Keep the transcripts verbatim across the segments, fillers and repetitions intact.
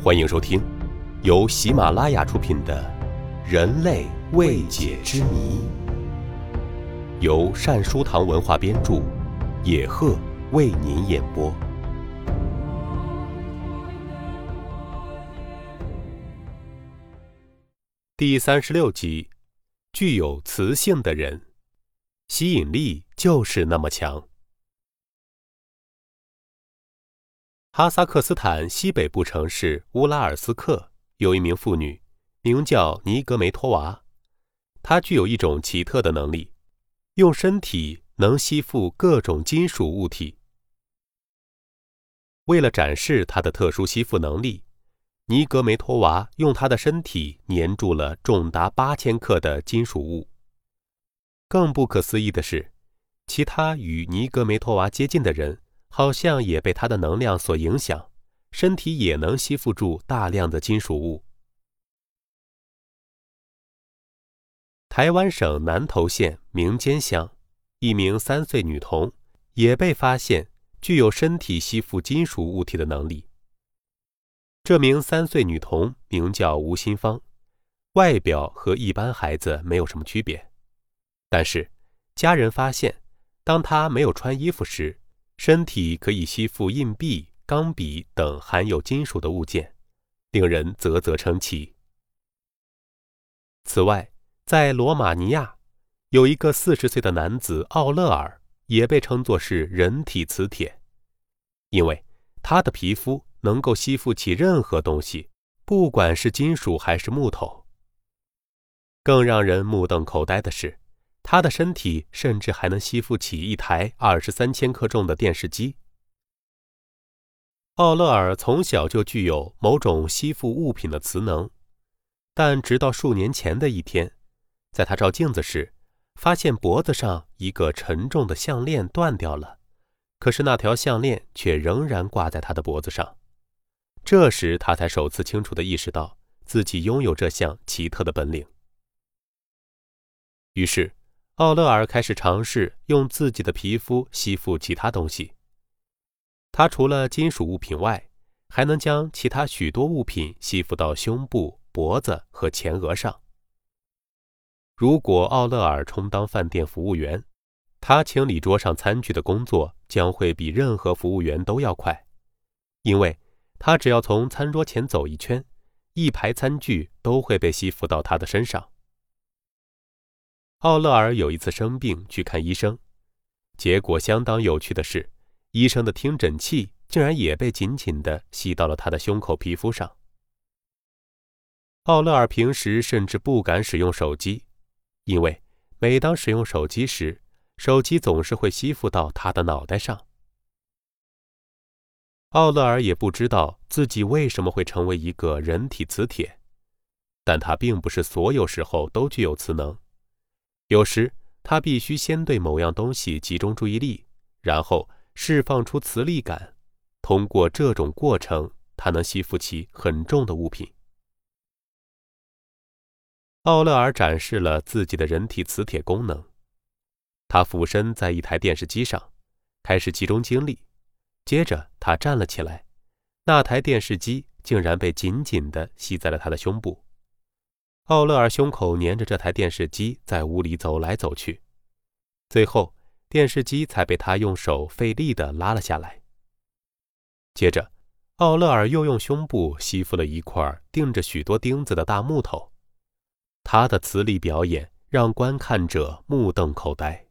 欢迎收听由喜马拉雅出品的《人类未解之谜》，由善书堂文化编著，野鹤为您演播。第三十六集，具有磁性的人，吸引力就是那么强。哈萨克斯坦西北部城市乌拉尔斯克有一名妇女，名叫尼格梅托娃。她具有一种奇特的能力，用身体能吸附各种金属物体。为了展示她的特殊吸附能力，尼格梅托娃用她的身体粘住了重达八千克的金属物。更不可思议的是，其他与尼格梅托娃接近的人好像也被他的能量所影响，身体也能吸附住大量的金属物。台湾省南投县名间乡，一名三岁女童也被发现具有身体吸附金属物体的能力。这名三岁女童名叫吴新芳，外表和一般孩子没有什么区别，但是家人发现，当她没有穿衣服时，身体可以吸附硬币、钢笔等含有金属的物件，令人啧啧称奇。此外，在罗马尼亚，有一个四十岁的男子奥勒尔，也被称作是人体磁铁，因为他的皮肤能够吸附起任何东西，不管是金属还是木头。更让人目瞪口呆的是，他的身体甚至还能吸附起一台二十三千克重的电视机。奥勒尔从小就具有某种吸附物品的磁能，但直到数年前的一天，在他照镜子时，发现脖子上一个沉重的项链断掉了，可是那条项链却仍然挂在他的脖子上。这时他才首次清楚地意识到自己拥有这项奇特的本领。于是奥勒尔开始尝试用自己的皮肤吸附其他东西。他除了金属物品外，还能将其他许多物品吸附到胸部、脖子和前额上。如果奥勒尔充当饭店服务员，他清理桌上餐具的工作将会比任何服务员都要快，因为他只要从餐桌前走一圈，一排餐具都会被吸附到他的身上。奥勒尔有一次生病去看医生，结果相当有趣的是，医生的听诊器竟然也被紧紧地吸到了他的胸口皮肤上。奥勒尔平时甚至不敢使用手机，因为每当使用手机时，手机总是会吸附到他的脑袋上。奥勒尔也不知道自己为什么会成为一个人体磁铁，但他并不是所有时候都具有磁能。有时他必须先对某样东西集中注意力，然后释放出磁力感，通过这种过程，他能吸附起很重的物品。奥勒尔展示了自己的人体磁铁功能。他俯身在一台电视机上，开始集中精力，接着他站了起来，那台电视机竟然被紧紧地吸在了他的胸部。奥勒尔胸口粘着这台电视机在屋里走来走去，最后电视机才被他用手费力地拉了下来。接着奥勒尔又用胸部吸附了一块钉着许多钉子的大木头，他的磁力表演让观看者目瞪口呆。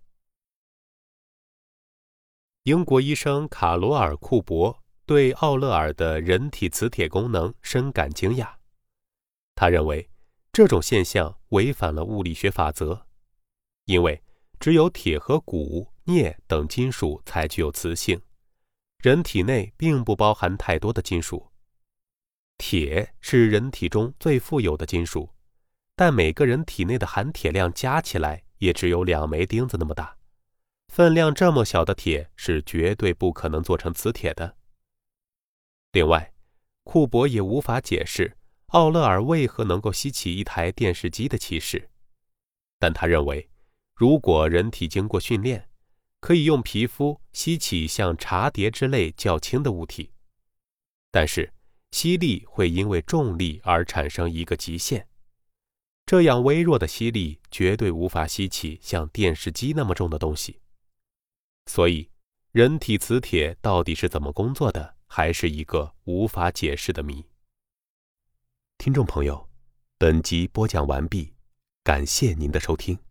英国医生卡罗尔·库珀对奥勒尔的人体磁铁功能深感惊讶，他认为这种现象违反了物理学法则，因为只有铁和钴、镍等金属才具有磁性，人体内并不包含太多的金属。铁是人体中最富有的金属，但每个人体内的含铁量加起来也只有两枚钉子那么大，分量这么小的铁是绝对不可能做成磁铁的。另外，库珀也无法解释奥勒尔为何能够吸起一台电视机的奇事，但他认为，如果人体经过训练，可以用皮肤吸起像茶碟之类较轻的物体，但是吸力会因为重力而产生一个极限。这样微弱的吸力绝对无法吸起像电视机那么重的东西。所以，人体磁铁到底是怎么工作的，还是一个无法解释的谜。听众朋友，本集播讲完毕，感谢您的收听。